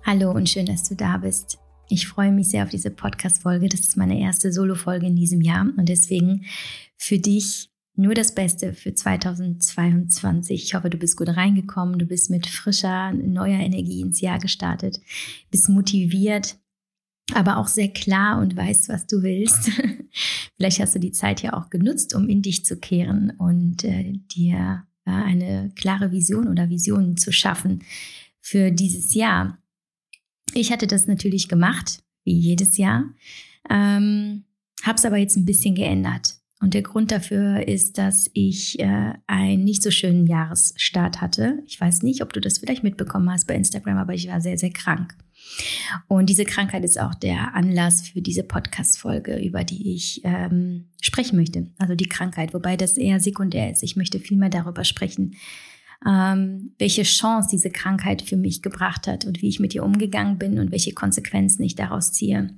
Hallo und schön, dass du da bist. Ich freue mich sehr auf diese Podcast-Folge. Das ist meine erste Solo-Folge in diesem Jahr und deswegen für dich nur das Beste für 2022. Ich hoffe, du bist gut reingekommen, du bist mit frischer, neuer Energie ins Jahr gestartet, bist motiviert, aber auch sehr klar und weißt, was du willst. Vielleicht hast du die Zeit ja auch genutzt, um in dich zu kehren und dir eine klare Vision oder Visionen zu schaffen für dieses Jahr. Ich hatte das natürlich gemacht, wie jedes Jahr, habe es aber jetzt ein bisschen geändert. Und der Grund dafür ist, dass ich einen nicht so schönen Jahresstart hatte. Ich weiß nicht, ob du das vielleicht mitbekommen hast bei Instagram, aber ich war sehr, sehr krank. Und diese Krankheit ist auch der Anlass für diese Podcast-Folge, über die ich sprechen möchte. Also die Krankheit, wobei das eher sekundär ist. Ich möchte viel mehr darüber sprechen, welche Chance diese Krankheit für mich gebracht hat und wie ich mit ihr umgegangen bin und welche Konsequenzen ich daraus ziehe.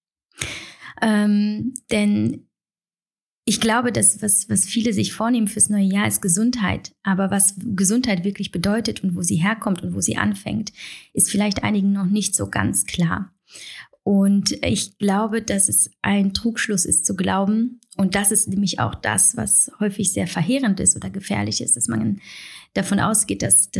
Denn ich glaube, dass was viele sich vornehmen fürs neue Jahr ist Gesundheit. Aber was Gesundheit wirklich bedeutet und wo sie herkommt und wo sie anfängt, ist vielleicht einigen noch nicht so ganz klar. Und ich glaube, dass es ein Trugschluss ist zu glauben. Und das ist nämlich auch das, was häufig sehr verheerend ist oder gefährlich ist, dass man davon ausgeht, dass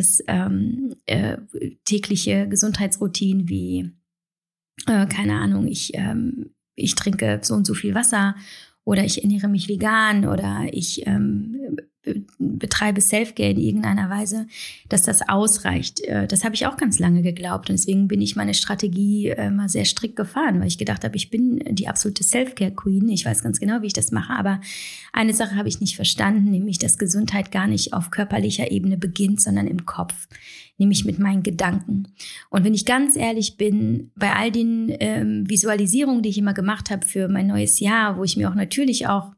tägliche Gesundheitsroutinen wie, keine Ahnung, ich trinke so und so viel Wasser oder ich ernähre mich vegan oder ich betreibe Self-Care in irgendeiner Weise, dass das ausreicht. Das habe ich auch ganz lange geglaubt und deswegen bin ich meine Strategie mal sehr strikt gefahren, weil ich gedacht habe, ich bin die absolute Self-Care-Queen. Ich weiß ganz genau, wie ich das mache, aber eine Sache habe ich nicht verstanden, nämlich, dass Gesundheit gar nicht auf körperlicher Ebene beginnt, sondern im Kopf, nämlich mit meinen Gedanken. Und wenn ich ganz ehrlich bin, bei all den Visualisierungen, die ich immer gemacht habe für mein neues Jahr, wo ich mir auch natürlich auch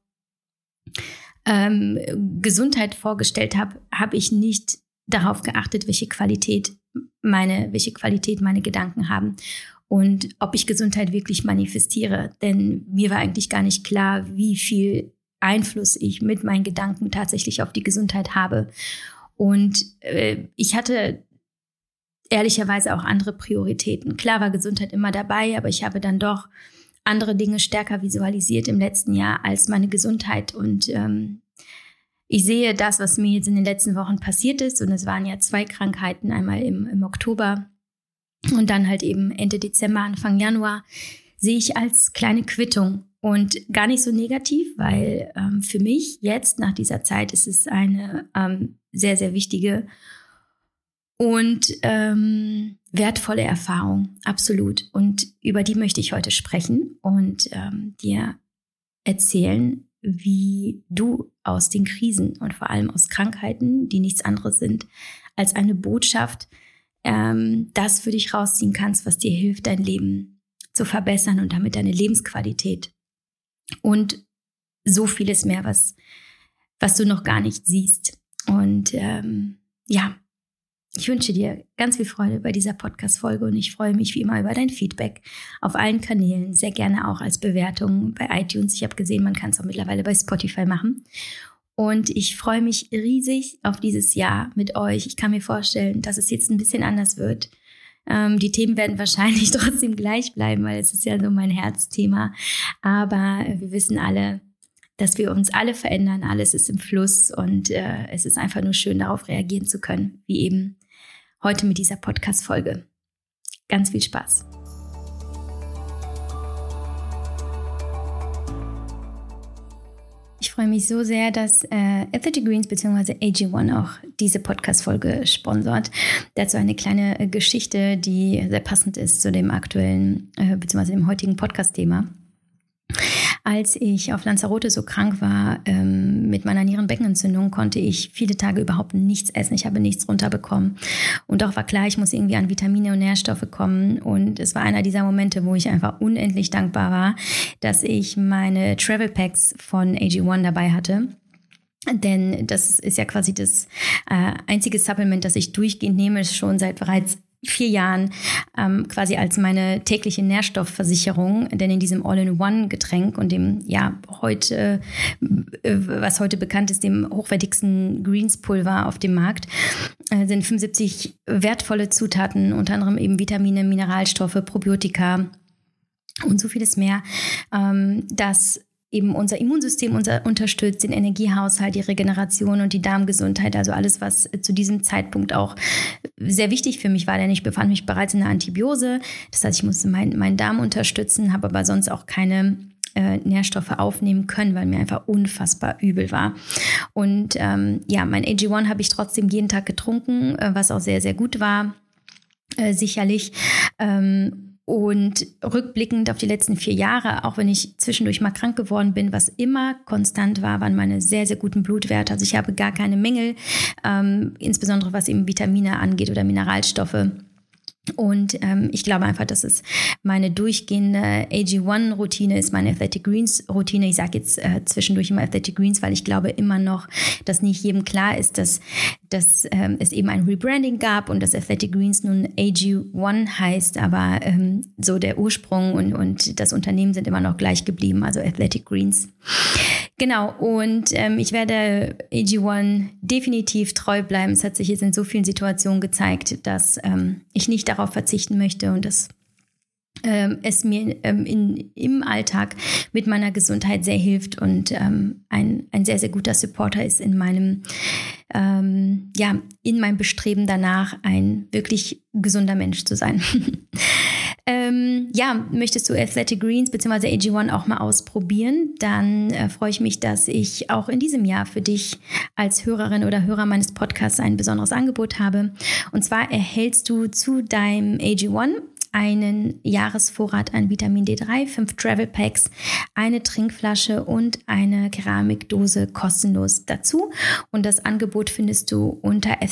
Gesundheit vorgestellt habe, habe ich nicht darauf geachtet, welche Qualität meine Gedanken haben und ob ich Gesundheit wirklich manifestiere. Denn mir war eigentlich gar nicht klar, wie viel Einfluss ich mit meinen Gedanken tatsächlich auf die Gesundheit habe. Und ich hatte ehrlicherweise auch andere Prioritäten. Klar war Gesundheit immer dabei, aber ich habe dann doch andere Dinge stärker visualisiert im letzten Jahr als meine Gesundheit. Und ich sehe das, was mir jetzt in den letzten Wochen passiert ist. Und es waren ja 2 Krankheiten, einmal im Oktober und dann halt eben Ende Dezember, Anfang Januar, sehe ich als kleine Quittung. Und gar nicht so negativ, weil für mich jetzt nach dieser Zeit ist es eine sehr, sehr wichtige und wertvolle Erfahrung, absolut. Und über die möchte ich heute sprechen und dir erzählen, wie du aus den Krisen und vor allem aus Krankheiten, die nichts anderes sind als eine Botschaft, das für dich rausziehen kannst, was dir hilft, dein Leben zu verbessern und damit deine Lebensqualität und so vieles mehr, was du noch gar nicht siehst. Und ich wünsche dir ganz viel Freude bei dieser Podcast-Folge und ich freue mich wie immer über dein Feedback auf allen Kanälen, sehr gerne auch als Bewertung bei iTunes. Ich habe gesehen, man kann es auch mittlerweile bei Spotify machen. Und ich freue mich riesig auf dieses Jahr mit euch. Ich kann mir vorstellen, dass es jetzt ein bisschen anders wird. Die Themen werden wahrscheinlich trotzdem gleich bleiben, weil es ist ja so mein Herzthema. Aber wir wissen alle, dass wir uns alle verändern. Alles ist im Fluss und es ist einfach nur schön, darauf reagieren zu können, wie eben heute mit dieser Podcast-Folge. Ganz viel Spaß. Ich freue mich so sehr, dass Athletic Greens bzw. AG1 auch diese Podcast-Folge sponsort. Dazu eine kleine Geschichte, die sehr passend ist zu dem aktuellen bzw. dem heutigen Podcast-Thema. Als ich auf Lanzarote so krank war mit meiner Nierenbeckenentzündung, konnte ich viele Tage überhaupt nichts essen. Ich habe nichts runterbekommen. Und doch war klar, ich muss irgendwie an Vitamine und Nährstoffe kommen. Und es war einer dieser Momente, wo ich einfach unendlich dankbar war, dass ich meine Travel Packs von AG1 dabei hatte. Denn das ist ja quasi das einzige Supplement, das ich durchgehend nehme, schon seit bereits 4 Jahren quasi als meine tägliche Nährstoffversicherung, denn in diesem All-in-One-Getränk und dem was heute bekannt ist, dem hochwertigsten Greens-Pulver auf dem Markt, sind 75 wertvolle Zutaten, unter anderem eben Vitamine, Mineralstoffe, Probiotika und so vieles mehr, das eben unser Immunsystem unterstützt, den Energiehaushalt, die Regeneration und die Darmgesundheit, also alles, was zu diesem Zeitpunkt auch sehr wichtig für mich war, denn ich befand mich bereits in einer Antibiose. Das heißt, ich musste meinen Darm unterstützen, habe aber sonst auch keine Nährstoffe aufnehmen können, weil mir einfach unfassbar übel war. Und mein AG1 habe ich trotzdem jeden Tag getrunken, was auch sehr, sehr gut war, sicherlich. Und rückblickend auf die letzten 4 Jahre, auch wenn ich zwischendurch mal krank geworden bin, was immer konstant war, waren meine sehr, sehr guten Blutwerte. Also ich habe gar keine Mängel, insbesondere was eben Vitamine angeht oder Mineralstoffe. Und ich glaube einfach, dass es meine durchgehende AG1-Routine ist, meine Athletic Greens-Routine. Ich sage jetzt zwischendurch immer Athletic Greens, weil ich glaube immer noch, dass nicht jedem klar ist, dass es eben ein Rebranding gab und dass Athletic Greens nun AG1 heißt, aber so der Ursprung und das Unternehmen sind immer noch gleich geblieben, also Athletic Greens. Genau, und ich werde AG1 definitiv treu bleiben. Es hat sich jetzt in so vielen Situationen gezeigt, dass ich nicht darauf verzichten möchte und dass es mir im Alltag mit meiner Gesundheit sehr hilft und ein sehr, sehr guter Supporter ist in meinem Bestreben danach, ein wirklich gesunder Mensch zu sein. Möchtest du Athletic Greens bzw. AG1 auch mal ausprobieren, dann freue ich mich, dass ich auch in diesem Jahr für dich als Hörerin oder Hörer meines Podcasts ein besonderes Angebot habe. Und zwar erhältst du zu deinem AG1 einen Jahresvorrat an Vitamin D3, 5 Travel Packs, eine Trinkflasche und eine Keramikdose kostenlos dazu. Und das Angebot findest du unter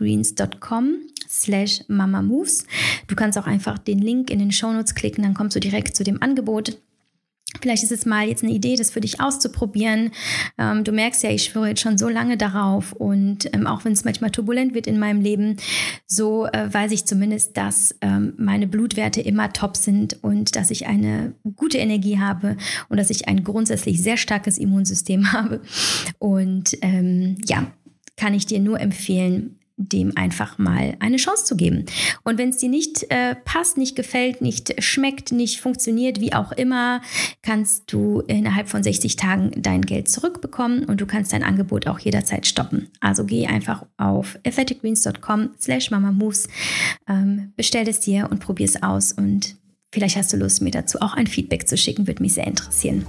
athleticgreens.com/mamamoves. Du kannst auch einfach den Link in den Shownotes klicken, dann kommst du direkt zu dem Angebot. Vielleicht ist es mal jetzt eine Idee, das für dich auszuprobieren. Du merkst ja, ich schwöre jetzt schon so lange darauf und auch wenn es manchmal turbulent wird in meinem Leben, so weiß ich zumindest, dass meine Blutwerte immer top sind und dass ich eine gute Energie habe und dass ich ein grundsätzlich sehr starkes Immunsystem habe. Und kann ich dir nur empfehlen, dem einfach mal eine Chance zu geben. Und wenn es dir nicht passt, nicht gefällt, nicht schmeckt, nicht funktioniert, wie auch immer, kannst du innerhalb von 60 Tagen dein Geld zurückbekommen und du kannst dein Angebot auch jederzeit stoppen. Also geh einfach auf athleticgreens.com/mamamoves, bestell es dir und probier es aus und vielleicht hast du Lust, mir dazu auch ein Feedback zu schicken, würde mich sehr interessieren.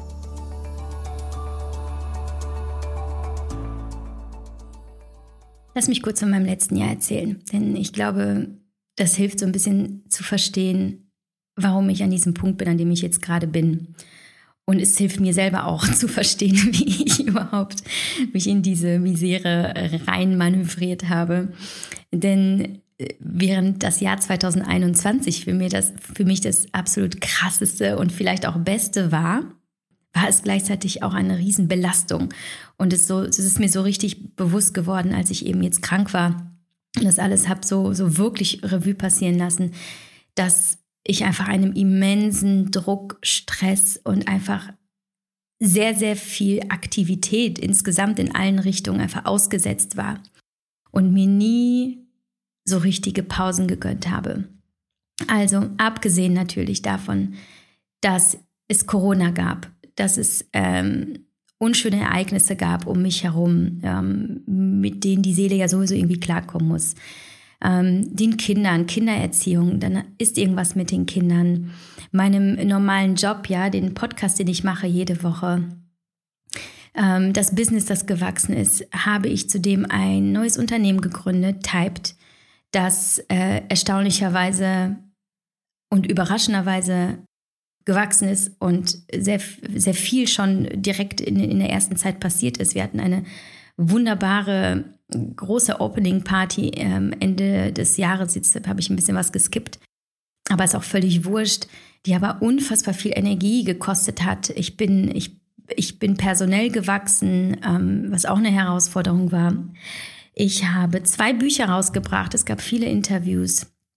Lass mich kurz von meinem letzten Jahr erzählen, denn ich glaube, das hilft so ein bisschen zu verstehen, warum ich an diesem Punkt bin, an dem ich jetzt gerade bin. Und es hilft mir selber auch zu verstehen, wie ich überhaupt mich in diese Misere rein manövriert habe. Denn während das Jahr 2021 für mich das absolut krasseste und vielleicht auch beste war es gleichzeitig auch eine Riesenbelastung. Und es ist mir so richtig bewusst geworden, als ich eben jetzt krank war und das alles habe so wirklich Revue passieren lassen, dass ich einfach einem immensen Druck, Stress und einfach sehr, sehr viel Aktivität insgesamt in allen Richtungen einfach ausgesetzt war und mir nie so richtige Pausen gegönnt habe. Also abgesehen natürlich davon, dass es Corona gab, dass es unschöne Ereignisse gab um mich herum, mit denen die Seele ja sowieso irgendwie klarkommen muss. Den Kindern, Kindererziehung, dann ist irgendwas mit den Kindern, meinem normalen Job, ja, den Podcast, den ich mache jede Woche, das Business, das gewachsen ist, habe ich zudem ein neues Unternehmen gegründet, Typed, das erstaunlicherweise und überraschenderweise gewachsen ist und sehr, sehr viel schon direkt in der ersten Zeit passiert ist. Wir hatten eine wunderbare, große Opening-Party Ende des Jahres. Jetzt habe ich ein bisschen was geskippt, aber ist auch völlig wurscht, die aber unfassbar viel Energie gekostet hat. Ich bin personell gewachsen, was auch eine Herausforderung war. Ich habe 2 Bücher rausgebracht, es gab viele Interviews.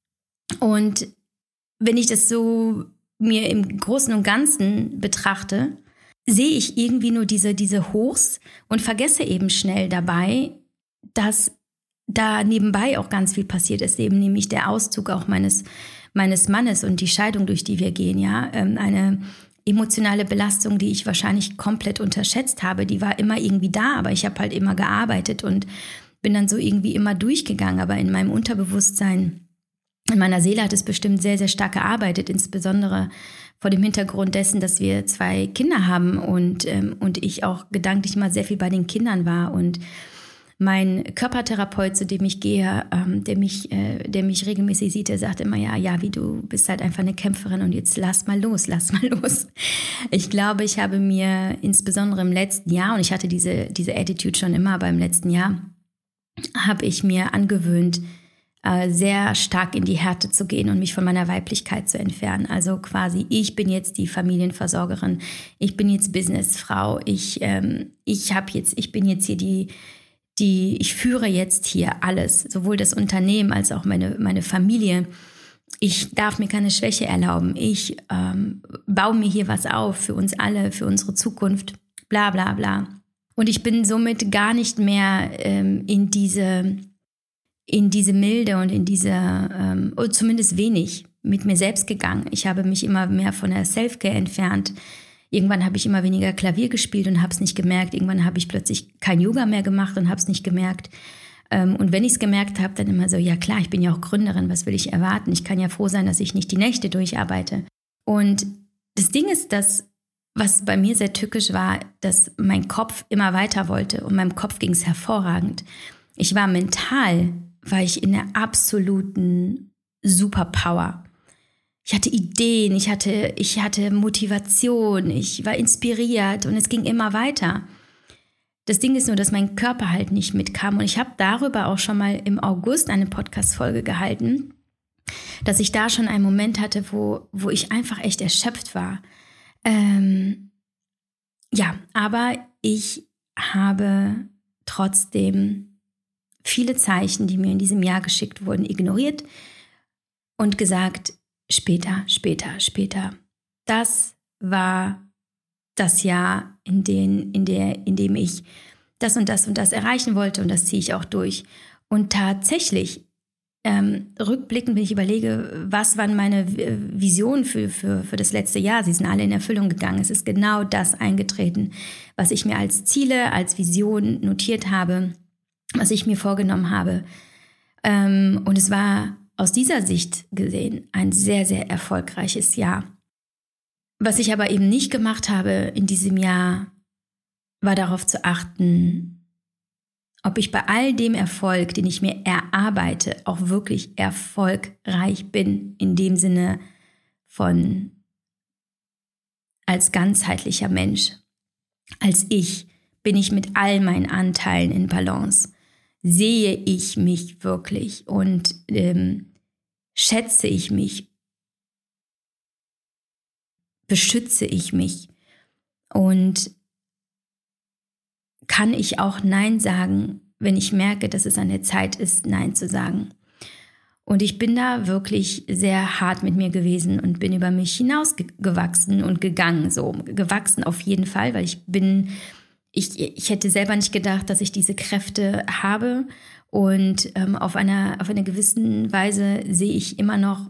Und wenn ich das so mir im Großen und Ganzen betrachte, sehe ich irgendwie nur diese Hochs und vergesse eben schnell dabei, dass da nebenbei auch ganz viel passiert ist, eben nämlich der Auszug auch meines Mannes und die Scheidung, durch die wir gehen, ja, eine emotionale Belastung, die ich wahrscheinlich komplett unterschätzt habe, die war immer irgendwie da, aber ich habe halt immer gearbeitet und bin dann so irgendwie immer durchgegangen, aber in meinem Unterbewusstsein, in meiner Seele hat es bestimmt sehr, sehr stark gearbeitet, insbesondere vor dem Hintergrund dessen, dass wir 2 Kinder haben und ich auch gedanklich mal sehr viel bei den Kindern war. Und mein Körpertherapeut, zu dem ich gehe, der mich regelmäßig sieht, der sagt immer, ja, wie du bist halt einfach eine Kämpferin und jetzt lass mal los. Ich glaube, ich habe mir insbesondere im letzten Jahr, und ich hatte diese Attitude schon immer, aber im letzten Jahr habe ich mir angewöhnt, sehr stark in die Härte zu gehen und mich von meiner Weiblichkeit zu entfernen. Also quasi, ich bin jetzt die Familienversorgerin, ich bin jetzt Businessfrau, ich bin jetzt hier ich führe jetzt hier alles, sowohl das Unternehmen als auch meine Familie. Ich darf mir keine Schwäche erlauben. Ich baue mir hier was auf für uns alle, für unsere Zukunft, bla bla bla. Und ich bin somit gar nicht mehr in diese Milde und in diese, zumindest wenig, mit mir selbst gegangen. Ich habe mich immer mehr von der Self-Care entfernt. Irgendwann habe ich immer weniger Klavier gespielt und habe es nicht gemerkt. Irgendwann habe ich plötzlich kein Yoga mehr gemacht und habe es nicht gemerkt. Und wenn ich es gemerkt habe, dann immer so, ja klar, ich bin ja auch Gründerin, was will ich erwarten? Ich kann ja froh sein, dass ich nicht die Nächte durcharbeite. Und das Ding ist, dass, was bei mir sehr tückisch war, dass mein Kopf immer weiter wollte und meinem Kopf ging es hervorragend. Ich war mental in der absoluten Superpower. Ich hatte Ideen, ich hatte Motivation, ich war inspiriert und es ging immer weiter. Das Ding ist nur, dass mein Körper halt nicht mitkam und ich habe darüber auch schon mal im August eine Podcast-Folge gehalten, dass ich da schon einen Moment hatte, wo ich einfach echt erschöpft war. Aber ich habe trotzdem viele Zeichen, die mir in diesem Jahr geschickt wurden, ignoriert und gesagt, später. Das war das Jahr, in dem ich das und das erreichen wollte und das ziehe ich auch durch. Und tatsächlich, rückblickend, wenn ich überlege, was waren meine Visionen für das letzte Jahr, sie sind alle in Erfüllung gegangen. Es ist genau das eingetreten, was ich mir als Ziele, als Vision notiert habe, was ich mir vorgenommen habe. Und es war aus dieser Sicht gesehen ein sehr, sehr erfolgreiches Jahr. Was ich aber eben nicht gemacht habe in diesem Jahr, war darauf zu achten, ob ich bei all dem Erfolg, den ich mir erarbeite, auch wirklich erfolgreich bin, in dem Sinne von als ganzheitlicher Mensch. Als ich bin ich mit all meinen Anteilen in Balance. Sehe ich mich wirklich und schätze ich mich, beschütze ich mich und kann ich auch Nein sagen, wenn ich merke, dass es an der Zeit ist, Nein zu sagen. Und ich bin da wirklich sehr hart mit mir gewesen und bin über mich hinausgewachsen und gegangen. So gewachsen auf jeden Fall, weil ich hätte selber nicht gedacht, dass ich diese Kräfte habe. Und auf einer gewissen Weise sehe ich immer noch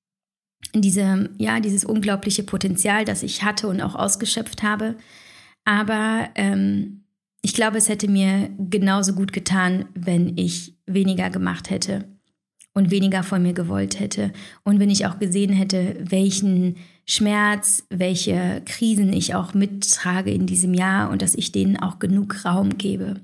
dieses unglaubliche Potenzial, das ich hatte und auch ausgeschöpft habe. Aber ich glaube, es hätte mir genauso gut getan, wenn ich weniger gemacht hätte und weniger von mir gewollt hätte. Und wenn ich auch gesehen hätte, welchen Schmerz, welche Krisen ich auch mittrage in diesem Jahr und dass ich denen auch genug Raum gebe.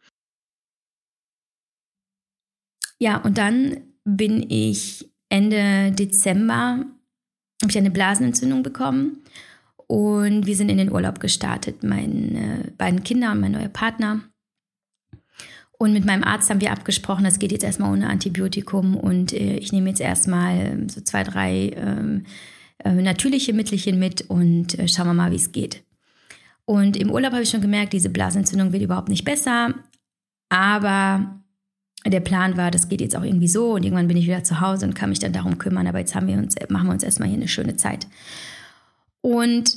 Ja, und dann bin ich Ende Dezember, habe ich eine Blasenentzündung bekommen und wir sind in den Urlaub gestartet, meine beiden Kinder und mein neuer Partner. Und mit meinem Arzt haben wir abgesprochen, das geht jetzt erstmal ohne Antibiotikum und ich nehme jetzt erstmal so 2, 3 natürliche Mittelchen mit und schauen wir mal, wie es geht. Und im Urlaub habe ich schon gemerkt, diese Blasenentzündung wird überhaupt nicht besser, aber der Plan war, das geht jetzt auch irgendwie so und irgendwann bin ich wieder zu Hause und kann mich dann darum kümmern, aber jetzt machen wir uns erstmal hier eine schöne Zeit. Und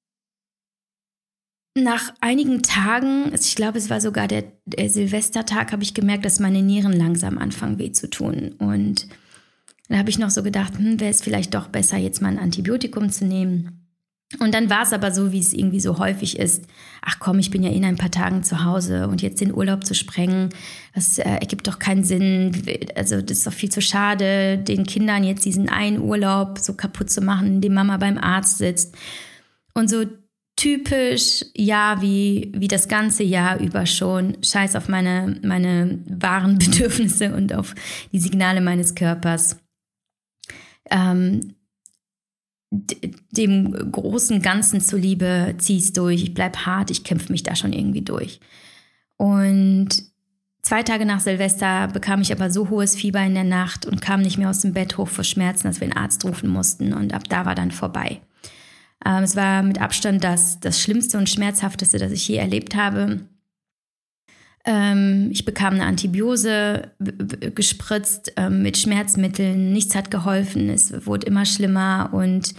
nach einigen Tagen, ich glaube, es war sogar der Silvestertag, habe ich gemerkt, dass meine Nieren langsam anfangen weh zu tun. Und da habe ich noch so gedacht, wäre es vielleicht doch besser, jetzt mal ein Antibiotikum zu nehmen. Und dann war es aber so, wie es irgendwie so häufig ist. Ach komm, ich bin ja in ein paar Tagen zu Hause und jetzt den Urlaub zu sprengen, das ergibt doch keinen Sinn. Also das ist doch viel zu schade, den Kindern jetzt diesen einen Urlaub so kaputt zu machen, in dem Mama beim Arzt sitzt. Und so typisch, ja, wie das ganze Jahr über schon, scheiß auf meine wahren Bedürfnisse und auf die Signale meines Körpers. Dem großen Ganzen zuliebe zieh's durch, ich bleib hart, ich kämpfe mich da schon irgendwie durch. Und 2 Tage nach Silvester bekam ich aber so hohes Fieber in der Nacht und kam nicht mehr aus dem Bett hoch vor Schmerzen, dass wir einen Arzt rufen mussten und ab da war dann vorbei. Es war mit Abstand das Schlimmste und Schmerzhafteste, das ich je erlebt habe. Ich bekam eine Antibiose gespritzt mit Schmerzmitteln. Nichts hat geholfen. Es wurde immer schlimmer. Und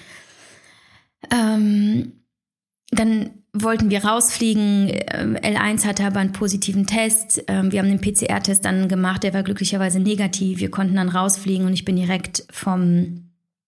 dann wollten wir rausfliegen. L1 hatte aber einen positiven Test. Wir haben den PCR-Test dann gemacht. Der war glücklicherweise negativ. Wir konnten dann rausfliegen und ich bin direkt vom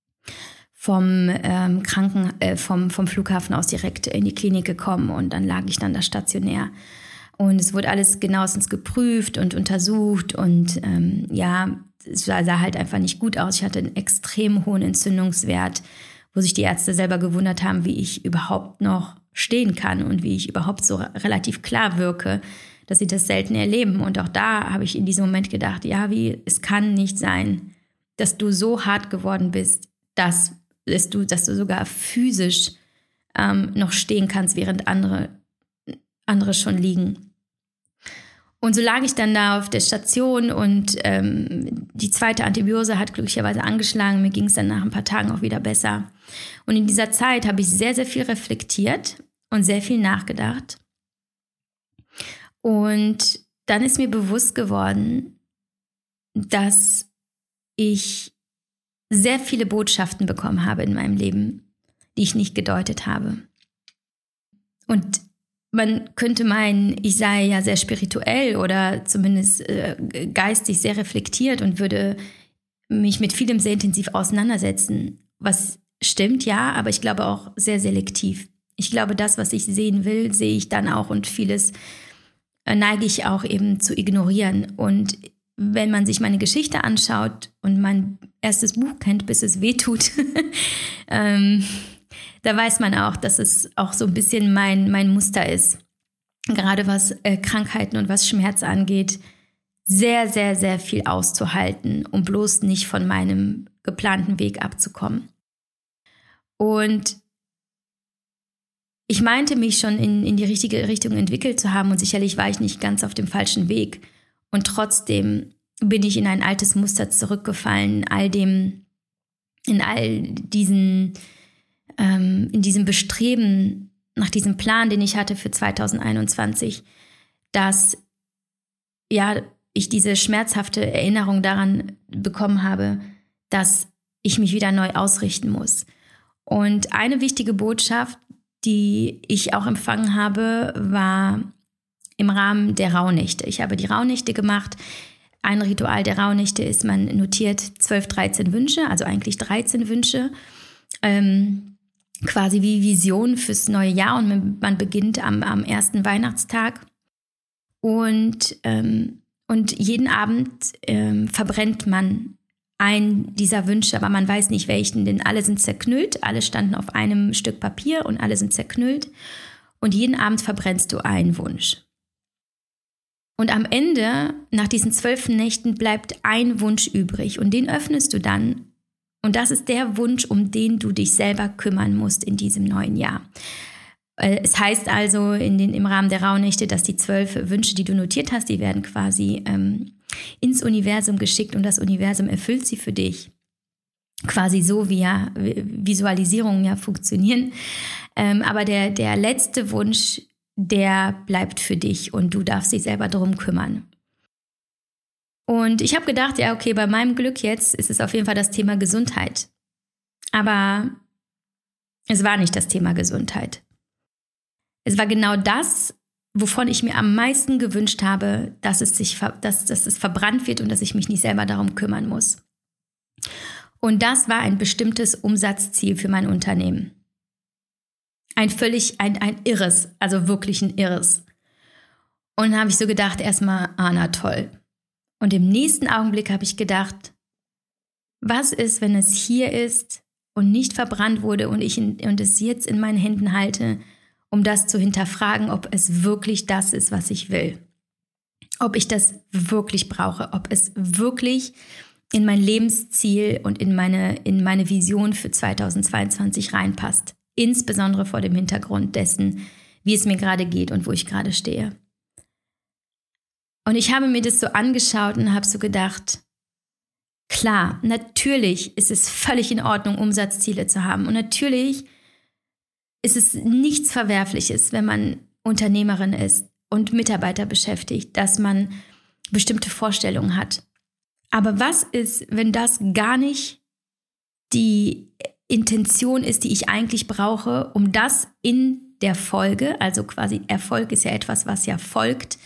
Flughafen aus direkt in die Klinik gekommen. Und dann lag ich dann da stationär. Und es wurde alles genauestens geprüft und untersucht und es sah halt einfach nicht gut aus. Ich hatte einen extrem hohen Entzündungswert, wo sich die Ärzte selber gewundert haben, wie ich überhaupt noch stehen kann und wie ich überhaupt so relativ klar wirke, dass sie das selten erleben. Und auch da habe ich in diesem Moment gedacht, es kann nicht sein, dass du so hart geworden bist, dass du sogar physisch noch stehen kannst, während andere schon liegen. Und so lag ich dann da auf der Station und die zweite Antibiose hat glücklicherweise angeschlagen. Mir ging es dann nach ein paar Tagen auch wieder besser. Und in dieser Zeit habe ich sehr, sehr viel reflektiert und sehr viel nachgedacht. Und dann ist mir bewusst geworden, dass ich sehr viele Botschaften bekommen habe in meinem Leben, die ich nicht gedeutet habe. Und man könnte meinen, ich sei ja sehr spirituell oder zumindest geistig sehr reflektiert und würde mich mit vielem sehr intensiv auseinandersetzen. Was stimmt, ja, aber ich glaube auch sehr selektiv. Ich glaube, das, was ich sehen will, sehe ich dann auch und vieles neige ich auch eben zu ignorieren. Und wenn man sich meine Geschichte anschaut und mein erstes Buch kennt, bis es wehtut, da weiß man auch, dass es auch so ein bisschen mein Muster ist. Gerade was Krankheiten und was Schmerz angeht, sehr, sehr, sehr viel auszuhalten, um bloß nicht von meinem geplanten Weg abzukommen. Und ich meinte, mich schon in die richtige Richtung entwickelt zu haben und sicherlich war ich nicht ganz auf dem falschen Weg. Und trotzdem bin ich in ein altes Muster zurückgefallen, in diesem Bestreben nach diesem Plan, den ich hatte für 2021, dass ich diese schmerzhafte Erinnerung daran bekommen habe, dass ich mich wieder neu ausrichten muss. Und eine wichtige Botschaft, die ich auch empfangen habe, war im Rahmen der Rauhnächte. Ich habe die Rauhnächte gemacht. Ein Ritual der Rauhnächte ist, man notiert 12, 13 Wünsche, also eigentlich 13 Wünsche, quasi wie Vision fürs neue Jahr und man beginnt am ersten Weihnachtstag und jeden Abend verbrennt man einen dieser Wünsche, aber man weiß nicht welchen, denn alle sind zerknüllt, alle standen auf einem Stück Papier und alle sind zerknüllt und jeden Abend verbrennst du einen Wunsch. Und am Ende, nach diesen 12 Nächten, bleibt ein Wunsch übrig und den öffnest du dann. Und das ist der Wunsch, um den du dich selber kümmern musst in diesem neuen Jahr. Es heißt also im Rahmen der Rauhnächte, dass die 12 Wünsche, die du notiert hast, die werden quasi ins Universum geschickt und das Universum erfüllt sie für dich. Quasi so, wie ja Visualisierungen ja funktionieren. Aber der letzte Wunsch, der bleibt für dich und du darfst dich selber darum kümmern. Und ich habe gedacht, ja, okay, bei meinem Glück jetzt ist es auf jeden Fall das Thema Gesundheit. Aber es war nicht das Thema Gesundheit. Es war genau das, wovon ich mir am meisten gewünscht habe, dass es verbrannt wird und dass ich mich nicht selber darum kümmern muss. Und das war ein bestimmtes Umsatzziel für mein Unternehmen. Ein irres, also wirklich ein irres. Und dann habe ich so gedacht, erstmal, na toll. Und im nächsten Augenblick habe ich gedacht, was ist, wenn es hier ist und nicht verbrannt wurde und ich es jetzt in meinen Händen halte, um das zu hinterfragen, ob es wirklich das ist, was ich will. Ob ich das wirklich brauche, ob es wirklich in mein Lebensziel und in meine Vision für 2022 reinpasst. Insbesondere vor dem Hintergrund dessen, wie es mir gerade geht und wo ich gerade stehe. Und ich habe mir das so angeschaut und habe so gedacht, klar, natürlich ist es völlig in Ordnung, Umsatzziele zu haben. Und natürlich ist es nichts Verwerfliches, wenn man Unternehmerin ist und Mitarbeiter beschäftigt, dass man bestimmte Vorstellungen hat. Aber was ist, wenn das gar nicht die Intention ist, die ich eigentlich brauche, um das in der Folge, also quasi Erfolg ist ja etwas, was ja folgt,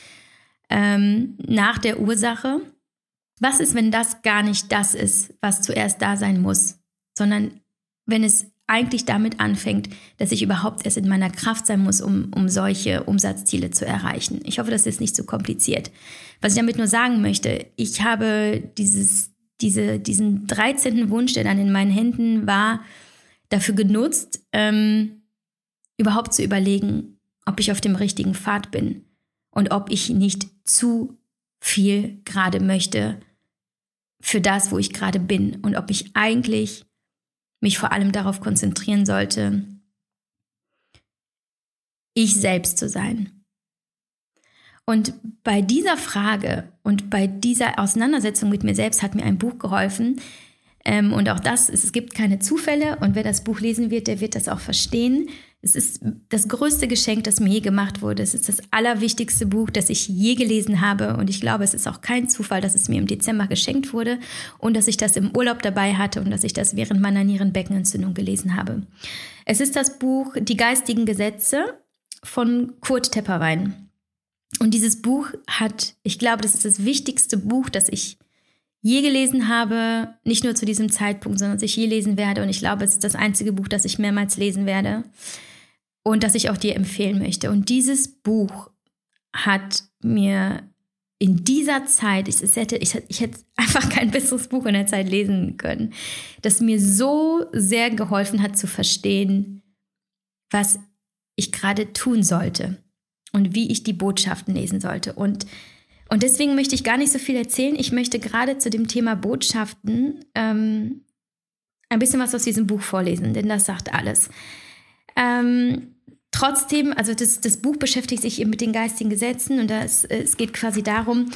nach der Ursache. Was ist, wenn das gar nicht das ist, was zuerst da sein muss, sondern wenn es eigentlich damit anfängt, dass ich überhaupt erst in meiner Kraft sein muss, um solche Umsatzziele zu erreichen. Ich hoffe, das ist nicht zu kompliziert. Was ich damit nur sagen möchte, ich habe diesen 13. Wunsch, der dann in meinen Händen war, dafür genutzt, überhaupt zu überlegen, ob ich auf dem richtigen Pfad bin und ob ich nicht zu viel gerade möchte für das, wo ich gerade bin und ob ich eigentlich mich vor allem darauf konzentrieren sollte, ich selbst zu sein. Und bei dieser Frage und bei dieser Auseinandersetzung mit mir selbst hat mir ein Buch geholfen. Und auch es gibt keine Zufälle und wer das Buch lesen wird, der wird das auch verstehen. Es ist das größte Geschenk, das mir je gemacht wurde. Es ist das allerwichtigste Buch, das ich je gelesen habe. Und ich glaube, es ist auch kein Zufall, dass es mir im Dezember geschenkt wurde und dass ich das im Urlaub dabei hatte und dass ich das während meiner Nierenbeckenentzündung gelesen habe. Es ist das Buch Die geistigen Gesetze von Kurt Tepperwein. Und dieses Buch ich glaube, das ist das wichtigste Buch, das ich je gelesen habe, nicht nur zu diesem Zeitpunkt, sondern das ich je lesen werde. Und ich glaube, es ist das einzige Buch, das ich mehrmals lesen werde und das ich auch dir empfehlen möchte. Und dieses Buch hat mir in dieser Zeit, ich hätte einfach kein besseres Buch in der Zeit lesen können, das mir so sehr geholfen hat zu verstehen, was ich gerade tun sollte und wie ich die Botschaften lesen sollte. Und deswegen möchte ich gar nicht so viel erzählen. Ich möchte gerade zu dem Thema Botschaften ein bisschen was aus diesem Buch vorlesen, denn das sagt alles. Trotzdem, also das Buch beschäftigt sich eben mit den geistigen Gesetzen und es geht quasi darum,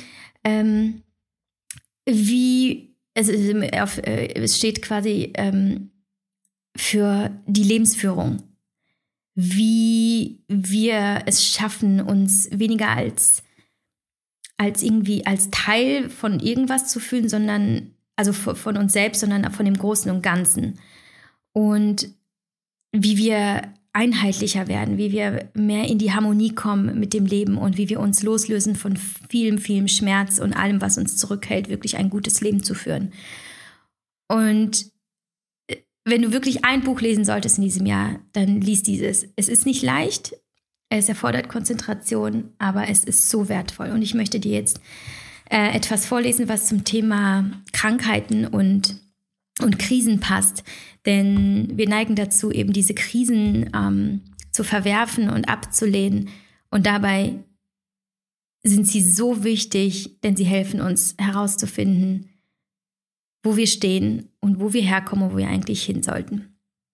es steht quasi für die Lebensführung, wie wir es schaffen, uns weniger als irgendwie als Teil von irgendwas zu fühlen, sondern also von uns selbst, sondern von dem Großen und Ganzen. Und wie wir einheitlicher werden, wie wir mehr in die Harmonie kommen mit dem Leben und wie wir uns loslösen von vielem, vielem Schmerz und allem, was uns zurückhält, wirklich ein gutes Leben zu führen. Und wenn du wirklich ein Buch lesen solltest in diesem Jahr, dann lies dieses. Es ist nicht leicht, es erfordert Konzentration, aber es ist so wertvoll. Und ich möchte dir jetzt etwas vorlesen, was zum Thema Krankheiten und Krisen passt. Denn wir neigen dazu, eben diese Krisen zu verwerfen und abzulehnen. Und dabei sind sie so wichtig, denn sie helfen uns herauszufinden, wo wir stehen und wo wir herkommen und wo wir eigentlich hin sollten.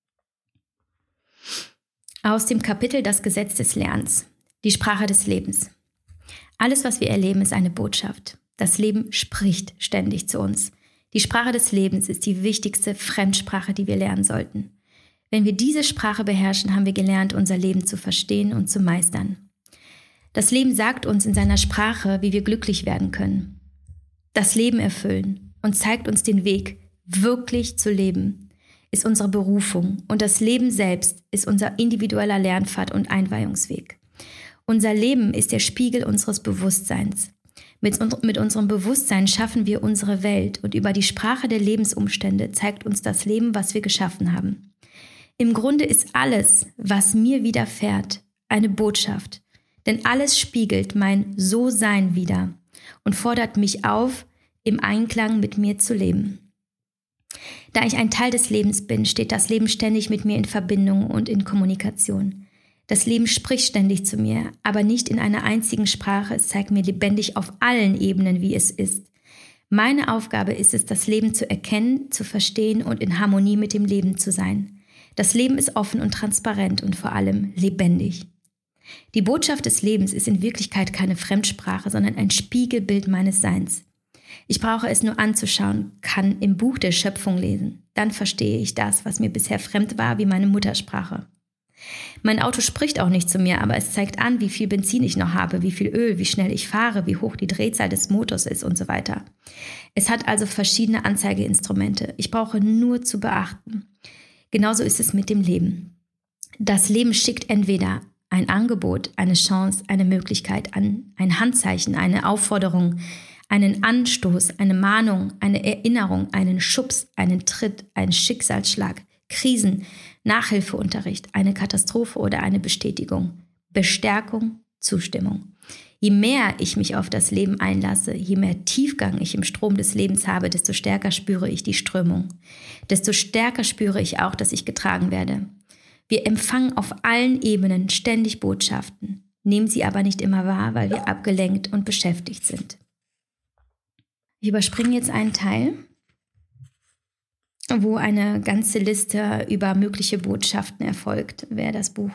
Aus dem Kapitel Das Gesetz des Lernens, die Sprache des Lebens. Alles, was wir erleben, ist eine Botschaft. Das Leben spricht ständig zu uns. Die Sprache des Lebens ist die wichtigste Fremdsprache, die wir lernen sollten. Wenn wir diese Sprache beherrschen, haben wir gelernt, unser Leben zu verstehen und zu meistern. Das Leben sagt uns in seiner Sprache, wie wir glücklich werden können. das Leben erfüllen und zeigt uns den Weg, wirklich zu leben, ist unsere Berufung und das Leben selbst ist unser individueller Lernpfad und Einweihungsweg. Unser Leben ist der Spiegel unseres Bewusstseins. Mit unserem Bewusstsein schaffen wir unsere Welt und über die Sprache der Lebensumstände zeigt uns das Leben, was wir geschaffen haben. Im Grunde ist alles, was mir widerfährt, eine Botschaft, denn alles spiegelt mein So-Sein wider und fordert mich auf, im Einklang mit mir zu leben. Da ich ein Teil des Lebens bin, steht das Leben ständig mit mir in Verbindung und in Kommunikation. Das Leben spricht ständig zu mir, aber nicht in einer einzigen Sprache. Es zeigt mir lebendig auf allen Ebenen, wie es ist. Meine Aufgabe ist es, das Leben zu erkennen, zu verstehen und in Harmonie mit dem Leben zu sein. Das Leben ist offen und transparent und vor allem lebendig. Die Botschaft des Lebens ist in Wirklichkeit keine Fremdsprache, sondern ein Spiegelbild meines Seins. Ich brauche es nur anzuschauen, kann im Buch der Schöpfung lesen. Dann verstehe ich das, was mir bisher fremd war, wie meine Muttersprache. Mein Auto spricht auch nicht zu mir, aber es zeigt an, wie viel Benzin ich noch habe, wie viel Öl, wie schnell ich fahre, wie hoch die Drehzahl des Motors ist und so weiter. Es hat also verschiedene Anzeigeinstrumente. Ich brauche nur zu beachten. Genauso ist es mit dem Leben. Das Leben schickt entweder ein Angebot, eine Chance, eine Möglichkeit an, ein Handzeichen, eine Aufforderung, einen Anstoß, eine Mahnung, eine Erinnerung, einen Schubs, einen Tritt, einen Schicksalsschlag, Krisen, Nachhilfeunterricht, eine Katastrophe oder eine Bestätigung, Bestärkung, Zustimmung. Je mehr ich mich auf das Leben einlasse, je mehr Tiefgang ich im Strom des Lebens habe, desto stärker spüre ich die Strömung. Desto stärker spüre ich auch, dass ich getragen werde. Wir empfangen auf allen Ebenen ständig Botschaften, nehmen sie aber nicht immer wahr, weil wir abgelenkt und beschäftigt sind. Ich überspringe jetzt einen Teil, wo eine ganze Liste über mögliche Botschaften erfolgt. Wer das Buch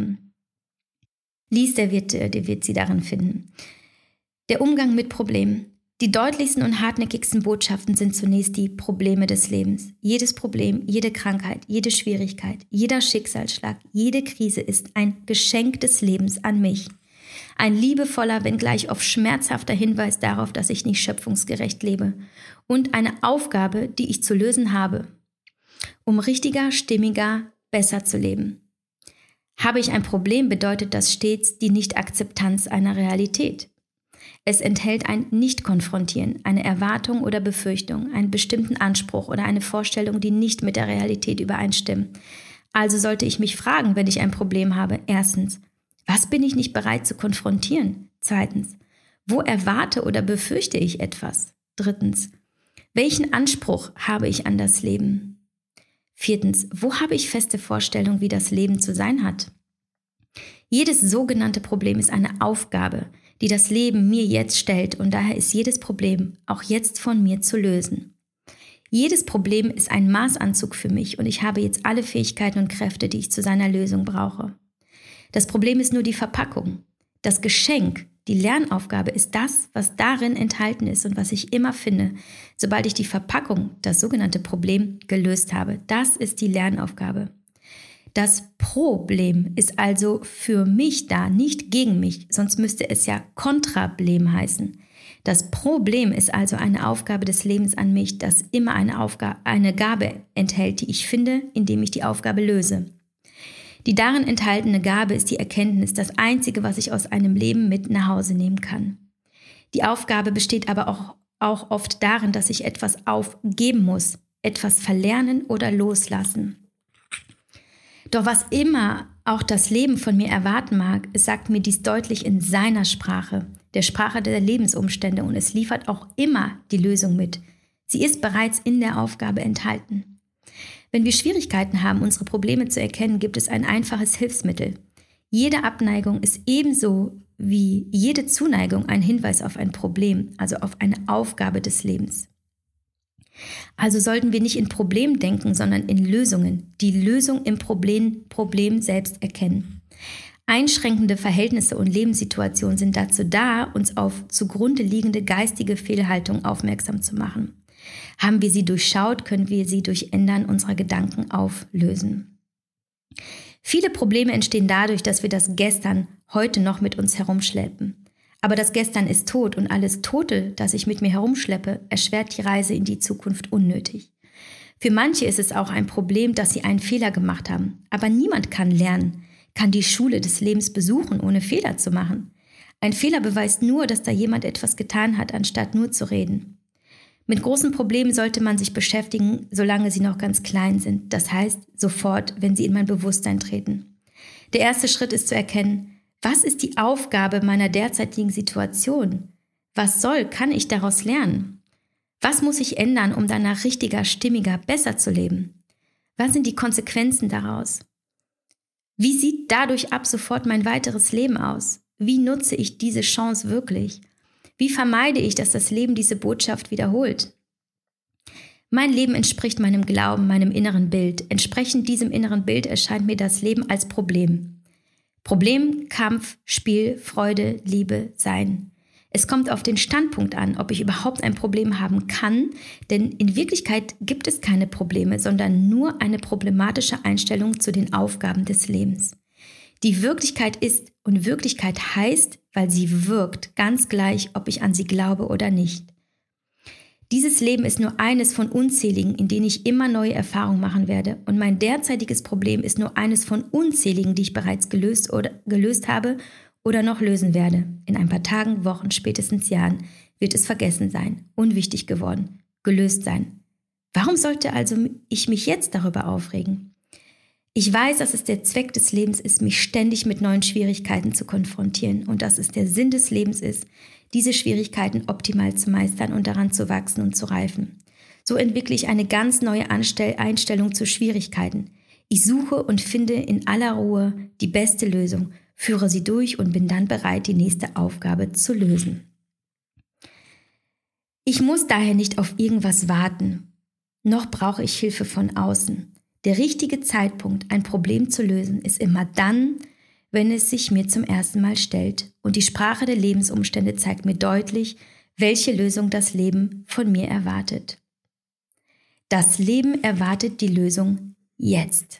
liest, der wird sie darin finden. Der Umgang mit Problemen. Die deutlichsten und hartnäckigsten Botschaften sind zunächst die Probleme des Lebens. Jedes Problem, jede Krankheit, jede Schwierigkeit, jeder Schicksalsschlag, jede Krise ist ein Geschenk des Lebens an mich. Ein liebevoller, wenngleich oft schmerzhafter Hinweis darauf, dass ich nicht schöpfungsgerecht lebe und eine Aufgabe, die ich zu lösen habe, um richtiger, stimmiger, besser zu leben. Habe ich ein Problem, bedeutet das stets die Nicht-Akzeptanz einer Realität. Es enthält ein Nicht-Konfrontieren, eine Erwartung oder Befürchtung, einen bestimmten Anspruch oder eine Vorstellung, die nicht mit der Realität übereinstimmen. Also sollte ich mich fragen, wenn ich ein Problem habe. Erstens, was bin ich nicht bereit zu konfrontieren? Zweitens, wo erwarte oder befürchte ich etwas? Drittens, welchen Anspruch habe ich an das Leben? Viertens, wo habe ich feste Vorstellungen, wie das Leben zu sein hat? Jedes sogenannte Problem ist eine Aufgabe, die das Leben mir jetzt stellt und daher ist jedes Problem auch jetzt von mir zu lösen. Jedes Problem ist ein Maßanzug für mich und ich habe jetzt alle Fähigkeiten und Kräfte, die ich zu seiner Lösung brauche. Das Problem ist nur die Verpackung. Das Geschenk, die Lernaufgabe ist das, was darin enthalten ist und was ich immer finde, sobald ich die Verpackung, das sogenannte Problem, gelöst habe. Das ist die Lernaufgabe. Das Problem ist also für mich da, nicht gegen mich, sonst müsste es ja Kontrablem heißen. Das Problem ist also eine Aufgabe des Lebens an mich, das immer eine Gabe enthält, die ich finde, indem ich die Aufgabe löse. Die darin enthaltene Gabe ist die Erkenntnis, das Einzige, was ich aus einem Leben mit nach Hause nehmen kann. Die Aufgabe besteht aber auch oft darin, dass ich etwas aufgeben muss, etwas verlernen oder loslassen. Doch was immer auch das Leben von mir erwarten mag, es sagt mir dies deutlich in seiner Sprache, der Sprache der Lebensumstände und es liefert auch immer die Lösung mit. Sie ist bereits in der Aufgabe enthalten. Wenn wir Schwierigkeiten haben, unsere Probleme zu erkennen, gibt es ein einfaches Hilfsmittel. Jede Abneigung ist ebenso wie jede Zuneigung ein Hinweis auf ein Problem, also auf eine Aufgabe des Lebens. Also sollten wir nicht in Problemen denken, sondern in Lösungen, die Lösung im Problem selbst erkennen. Einschränkende Verhältnisse und Lebenssituationen sind dazu da, uns auf zugrunde liegende geistige Fehlhaltung aufmerksam zu machen. Haben wir sie durchschaut, können wir sie durch Ändern unserer Gedanken auflösen. Viele Probleme entstehen dadurch, dass wir das Gestern heute noch mit uns herumschleppen. Aber das Gestern ist tot und alles Tote, das ich mit mir herumschleppe, erschwert die Reise in die Zukunft unnötig. Für manche ist es auch ein Problem, dass sie einen Fehler gemacht haben. Aber niemand kann lernen, kann die Schule des Lebens besuchen, ohne Fehler zu machen. Ein Fehler beweist nur, dass da jemand etwas getan hat, anstatt nur zu reden. Mit großen Problemen sollte man sich beschäftigen, solange sie noch ganz klein sind. Das heißt, sofort, wenn sie in mein Bewusstsein treten. Der erste Schritt ist zu erkennen, was ist die Aufgabe meiner derzeitigen Situation? Was kann ich daraus lernen? Was muss ich ändern, um danach richtiger, stimmiger, besser zu leben? Was sind die Konsequenzen daraus? Wie sieht dadurch ab sofort mein weiteres Leben aus? Wie nutze ich diese Chance wirklich? Wie vermeide ich, dass das Leben diese Botschaft wiederholt? Mein Leben entspricht meinem Glauben, meinem inneren Bild. Entsprechend diesem inneren Bild erscheint mir das Leben als Problem. Problem, Kampf, Spiel, Freude, Liebe, Sein. Es kommt auf den Standpunkt an, ob ich überhaupt ein Problem haben kann, denn in Wirklichkeit gibt es keine Probleme, sondern nur eine problematische Einstellung zu den Aufgaben des Lebens. Die Wirklichkeit ist und Wirklichkeit heißt, weil sie wirkt, ganz gleich, ob ich an sie glaube oder nicht. Dieses Leben ist nur eines von unzähligen, in denen ich immer neue Erfahrungen machen werde. Und mein derzeitiges Problem ist nur eines von unzähligen, die ich bereits gelöst habe oder noch lösen werde. In ein paar Tagen, Wochen, spätestens Jahren wird es vergessen sein, unwichtig geworden, gelöst sein. Warum sollte also ich mich jetzt darüber aufregen? Ich weiß, dass es der Zweck des Lebens ist, mich ständig mit neuen Schwierigkeiten zu konfrontieren und dass es der Sinn des Lebens ist, diese Schwierigkeiten optimal zu meistern und daran zu wachsen und zu reifen. So entwickle ich eine ganz neue Einstellung zu Schwierigkeiten. Ich suche und finde in aller Ruhe die beste Lösung, führe sie durch und bin dann bereit, die nächste Aufgabe zu lösen. Ich muss daher nicht auf irgendwas warten, noch brauche ich Hilfe von außen. Der richtige Zeitpunkt, ein Problem zu lösen, ist immer dann, wenn es sich mir zum ersten Mal stellt. Und die Sprache der Lebensumstände zeigt mir deutlich, welche Lösung das Leben von mir erwartet. Das Leben erwartet die Lösung jetzt.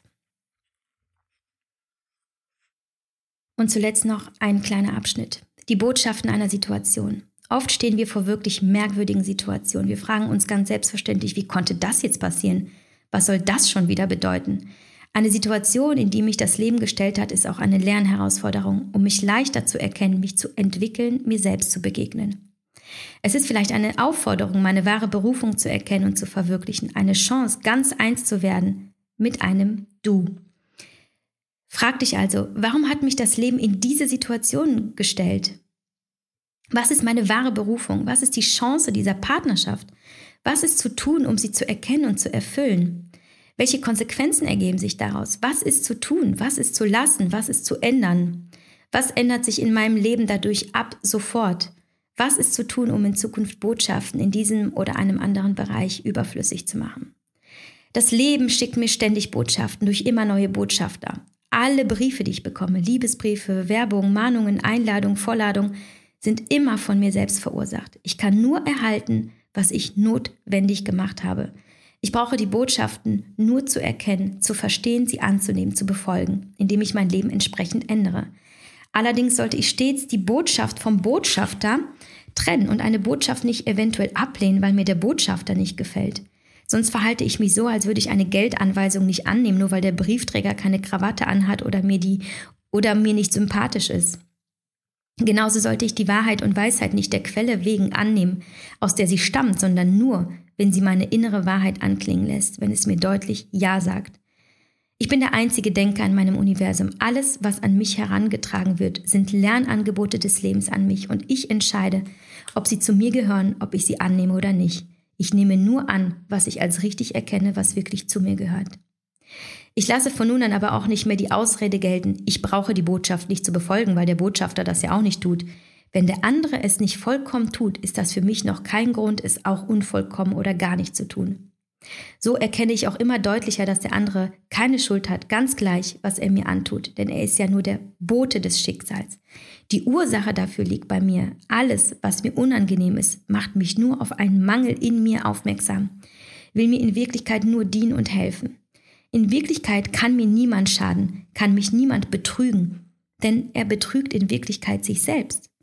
Und zuletzt noch ein kleiner Abschnitt. Die Botschaften einer Situation. Oft stehen wir vor wirklich merkwürdigen Situationen. Wir fragen uns ganz selbstverständlich, wie konnte das jetzt passieren? Was soll das schon wieder bedeuten? Eine Situation, in die mich das Leben gestellt hat, ist auch eine Lernherausforderung, um mich leichter zu erkennen, mich zu entwickeln, mir selbst zu begegnen. Es ist vielleicht eine Aufforderung, meine wahre Berufung zu erkennen und zu verwirklichen, eine Chance, ganz eins zu werden mit einem Du. Frag dich also, warum hat mich das Leben in diese Situation gestellt? Was ist meine wahre Berufung? Was ist die Chance dieser Partnerschaft? Was ist zu tun, um sie zu erkennen und zu erfüllen? Welche Konsequenzen ergeben sich daraus? Was ist zu tun? Was ist zu lassen? Was ist zu ändern? Was ändert sich in meinem Leben dadurch ab sofort? Was ist zu tun, um in Zukunft Botschaften in diesem oder einem anderen Bereich überflüssig zu machen? Das Leben schickt mir ständig Botschaften durch immer neue Botschafter. Alle Briefe, die ich bekomme, Liebesbriefe, Werbung, Mahnungen, Einladung, Vorladung, sind immer von mir selbst verursacht. Ich kann nur erhalten, was ich notwendig gemacht habe. Ich brauche die Botschaften nur zu erkennen, zu verstehen, sie anzunehmen, zu befolgen, indem ich mein Leben entsprechend ändere. Allerdings sollte ich stets die Botschaft vom Botschafter trennen und eine Botschaft nicht eventuell ablehnen, weil mir der Botschafter nicht gefällt. Sonst verhalte ich mich so, als würde ich eine Geldanweisung nicht annehmen, nur weil der Briefträger keine Krawatte anhat oder mir nicht sympathisch ist. Genauso sollte ich die Wahrheit und Weisheit nicht der Quelle wegen annehmen, aus der sie stammt, sondern nur, wenn sie meine innere Wahrheit anklingen lässt, wenn es mir deutlich Ja sagt. Ich bin der einzige Denker in meinem Universum. Alles, was an mich herangetragen wird, sind Lernangebote des Lebens an mich und ich entscheide, ob sie zu mir gehören, ob ich sie annehme oder nicht. Ich nehme nur an, was ich als richtig erkenne, was wirklich zu mir gehört. Ich lasse von nun an aber auch nicht mehr die Ausrede gelten, ich brauche die Botschaft nicht zu befolgen, weil der Botschafter das ja auch nicht tut. Wenn der andere es nicht vollkommen tut, ist das für mich noch kein Grund, es auch unvollkommen oder gar nicht zu tun. So erkenne ich auch immer deutlicher, dass der andere keine Schuld hat, ganz gleich, was er mir antut, denn er ist ja nur der Bote des Schicksals. Die Ursache dafür liegt bei mir. Alles, was mir unangenehm ist, macht mich nur auf einen Mangel in mir aufmerksam, will mir in Wirklichkeit nur dienen und helfen. In Wirklichkeit kann mir niemand schaden, kann mich niemand betrügen, denn er betrügt in Wirklichkeit sich selbst.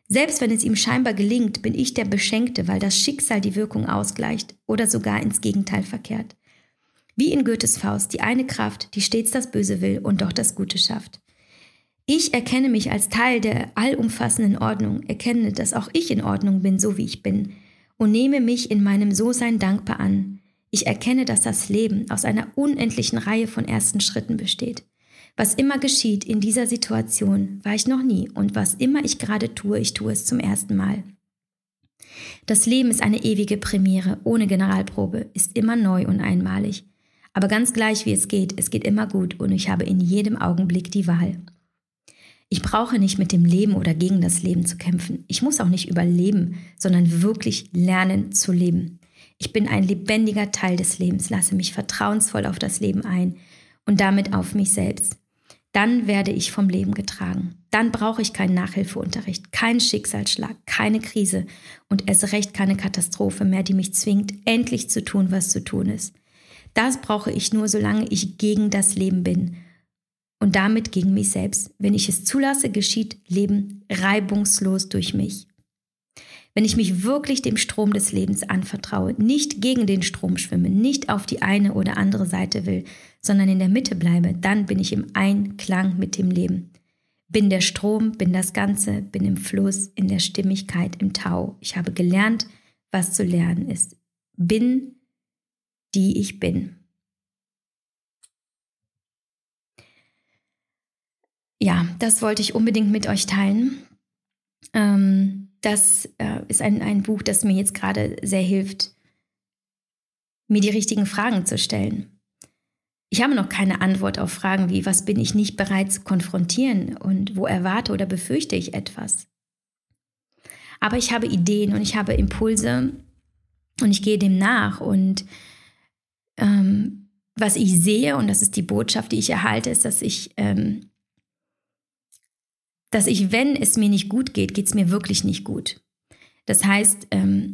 Selbst wenn es ihm scheinbar gelingt, bin ich der Beschenkte, weil das Schicksal die Wirkung ausgleicht oder sogar ins Gegenteil verkehrt. Wie in Goethes Faust, die eine Kraft, die stets das Böse will und doch das Gute schafft. Ich erkenne mich als Teil der allumfassenden Ordnung, erkenne, dass auch ich in Ordnung bin, so wie ich bin, und nehme mich in meinem So-Sein dankbar an. Ich erkenne, dass das Leben aus einer unendlichen Reihe von ersten Schritten besteht. Was immer geschieht in dieser Situation, war ich noch nie, und was immer ich gerade tue, ich tue es zum ersten Mal. Das Leben ist eine ewige Premiere, ohne Generalprobe, ist immer neu und einmalig. Aber ganz gleich wie es geht immer gut und ich habe in jedem Augenblick die Wahl. Ich brauche nicht mit dem Leben oder gegen das Leben zu kämpfen. Ich muss auch nicht überleben, sondern wirklich lernen zu leben. Ich bin ein lebendiger Teil des Lebens, lasse mich vertrauensvoll auf das Leben ein und damit auf mich selbst. Dann werde ich vom Leben getragen. Dann brauche ich keinen Nachhilfeunterricht, keinen Schicksalsschlag, keine Krise und erst recht keine Katastrophe mehr, die mich zwingt, endlich zu tun, was zu tun ist. Das brauche ich nur, solange ich gegen das Leben bin und damit gegen mich selbst. Wenn ich es zulasse, geschieht Leben reibungslos durch mich. Wenn ich mich wirklich dem Strom des Lebens anvertraue, nicht gegen den Strom schwimme, nicht auf die eine oder andere Seite will, sondern in der Mitte bleibe, dann bin ich im Einklang mit dem Leben. Bin der Strom, bin das Ganze, bin im Fluss, in der Stimmigkeit, im Tau. Ich habe gelernt, was zu lernen ist. Bin, die ich bin. Ja, das wollte ich unbedingt mit euch teilen. Das ist ein Buch, das mir jetzt gerade sehr hilft, mir die richtigen Fragen zu stellen. Ich habe noch keine Antwort auf Fragen wie, was bin ich nicht bereit zu konfrontieren und wo erwarte oder befürchte ich etwas. Aber ich habe Ideen und ich habe Impulse und ich gehe dem nach und was ich sehe, und das ist die Botschaft, die ich erhalte, ist, dass ich, wenn es mir nicht gut geht, geht es mir wirklich nicht gut. Das heißt,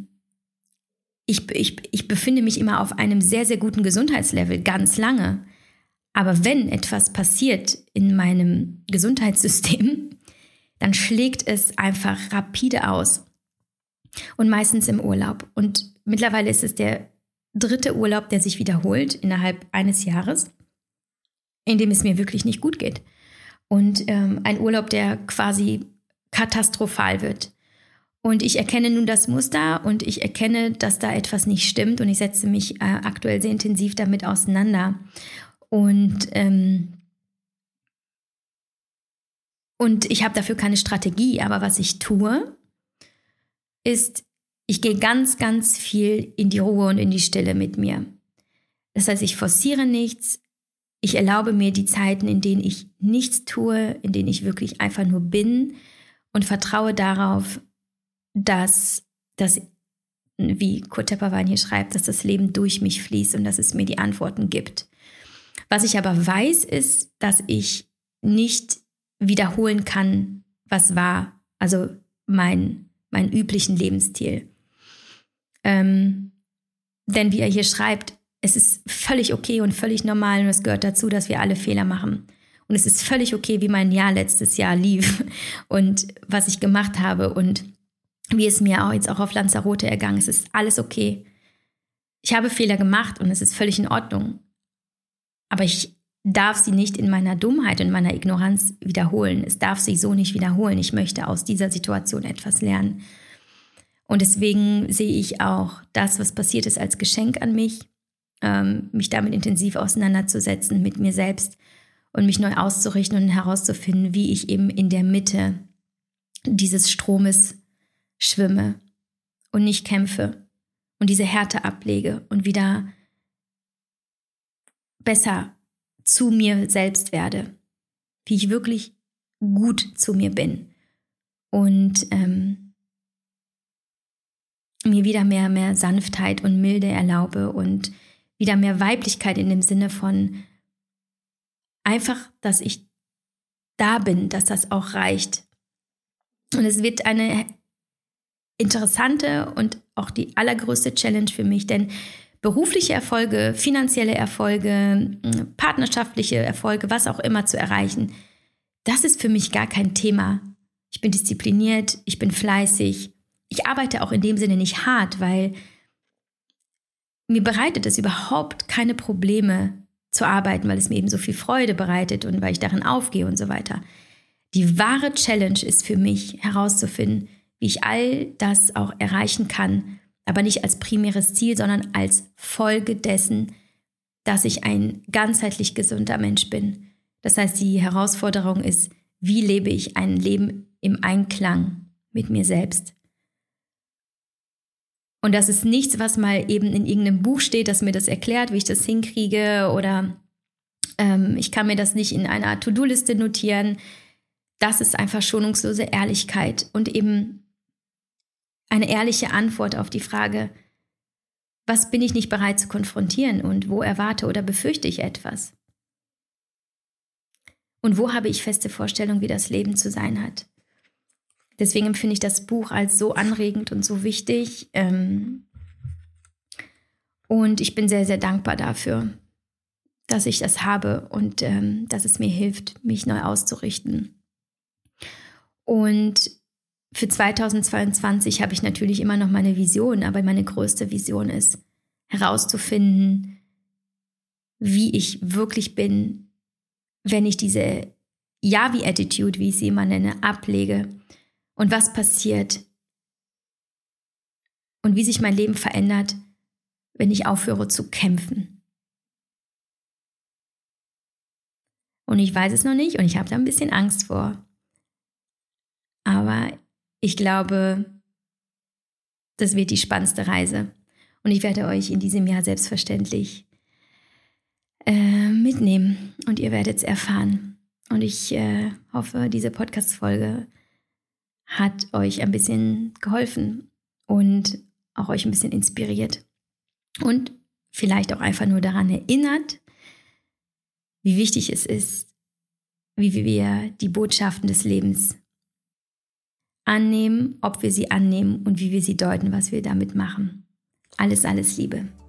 ich befinde mich immer auf einem sehr, sehr guten Gesundheitslevel, ganz lange. Aber wenn etwas passiert in meinem Gesundheitssystem, dann schlägt es einfach rapide aus. Und meistens im Urlaub. Und mittlerweile ist es der 3. Urlaub, der sich wiederholt innerhalb eines Jahres, in dem es mir wirklich nicht gut geht. Und ein Urlaub, der quasi katastrophal wird. Und ich erkenne nun das Muster und ich erkenne, dass da etwas nicht stimmt und ich setze mich aktuell sehr intensiv damit auseinander. Und ich habe dafür keine Strategie, aber was ich tue, ist, ich gehe ganz, ganz viel in die Ruhe und in die Stille mit mir. Das heißt, ich forciere nichts. Ich erlaube mir die Zeiten, in denen ich nichts tue, in denen ich wirklich einfach nur bin und vertraue darauf, dass das, wie Kurt Tepperwein hier schreibt, dass das Leben durch mich fließt und dass es mir die Antworten gibt. Was ich aber weiß, ist, dass ich nicht wiederholen kann, was war, also meinen üblichen Lebensstil. Denn wie er hier schreibt, es ist völlig okay und völlig normal und es gehört dazu, dass wir alle Fehler machen. Und es ist völlig okay, wie mein Jahr letztes Jahr lief und was ich gemacht habe und wie es mir auch jetzt auch auf Lanzarote ergangen ist. Es ist alles okay. Ich habe Fehler gemacht und es ist völlig in Ordnung. Aber ich darf sie nicht in meiner Dummheit und meiner Ignoranz wiederholen. Es darf sich so nicht wiederholen. Ich möchte aus dieser Situation etwas lernen. Und deswegen sehe ich auch das, was passiert ist, als Geschenk an mich, mich damit intensiv auseinanderzusetzen mit mir selbst und mich neu auszurichten und herauszufinden, wie ich eben in der Mitte dieses Stromes schwimme und nicht kämpfe und diese Härte ablege und wieder besser zu mir selbst werde, wie ich wirklich gut zu mir bin und mir wieder mehr Sanftheit und Milde erlaube und wieder mehr Weiblichkeit in dem Sinne von einfach, dass ich da bin, dass das auch reicht. Und es wird eine interessante und auch die allergrößte Challenge für mich, denn berufliche Erfolge, finanzielle Erfolge, partnerschaftliche Erfolge, was auch immer zu erreichen, das ist für mich gar kein Thema. Ich bin diszipliniert, ich bin fleißig. Ich arbeite auch in dem Sinne nicht hart, weil mir bereitet es überhaupt keine Probleme zu arbeiten, weil es mir eben so viel Freude bereitet und weil ich darin aufgehe und so weiter. Die wahre Challenge ist für mich herauszufinden, wie ich all das auch erreichen kann, aber nicht als primäres Ziel, sondern als Folge dessen, dass ich ein ganzheitlich gesunder Mensch bin. Das heißt, die Herausforderung ist, wie lebe ich ein Leben im Einklang mit mir selbst? Und das ist nichts, was mal eben in irgendeinem Buch steht, das mir das erklärt, wie ich das hinkriege, oder ich kann mir das nicht in einer To-Do-Liste notieren. Das ist einfach schonungslose Ehrlichkeit und eben eine ehrliche Antwort auf die Frage, was bin ich nicht bereit zu konfrontieren und wo erwarte oder befürchte ich etwas? Und wo habe ich feste Vorstellungen, wie das Leben zu sein hat? Deswegen empfinde ich das Buch als so anregend und so wichtig. Und ich bin sehr, sehr dankbar dafür, dass ich das habe und dass es mir hilft, mich neu auszurichten. Und für 2022 habe ich natürlich immer noch meine Vision, aber meine größte Vision ist, herauszufinden, wie ich wirklich bin, wenn ich diese Yavi-Attitude, wie ich sie immer nenne, ablege. Und was passiert und wie sich mein Leben verändert, wenn ich aufhöre zu kämpfen. Und ich weiß es noch nicht und ich habe da ein bisschen Angst vor. Aber ich glaube, das wird die spannendste Reise. Und ich werde euch in diesem Jahr selbstverständlich mitnehmen und ihr werdet es erfahren. Und ich hoffe, diese Podcast-Folge hat euch ein bisschen geholfen und auch euch ein bisschen inspiriert und vielleicht auch einfach nur daran erinnert, wie wichtig es ist, wie wir die Botschaften des Lebens annehmen, ob wir sie annehmen und wie wir sie deuten, was wir damit machen. Alles, alles Liebe.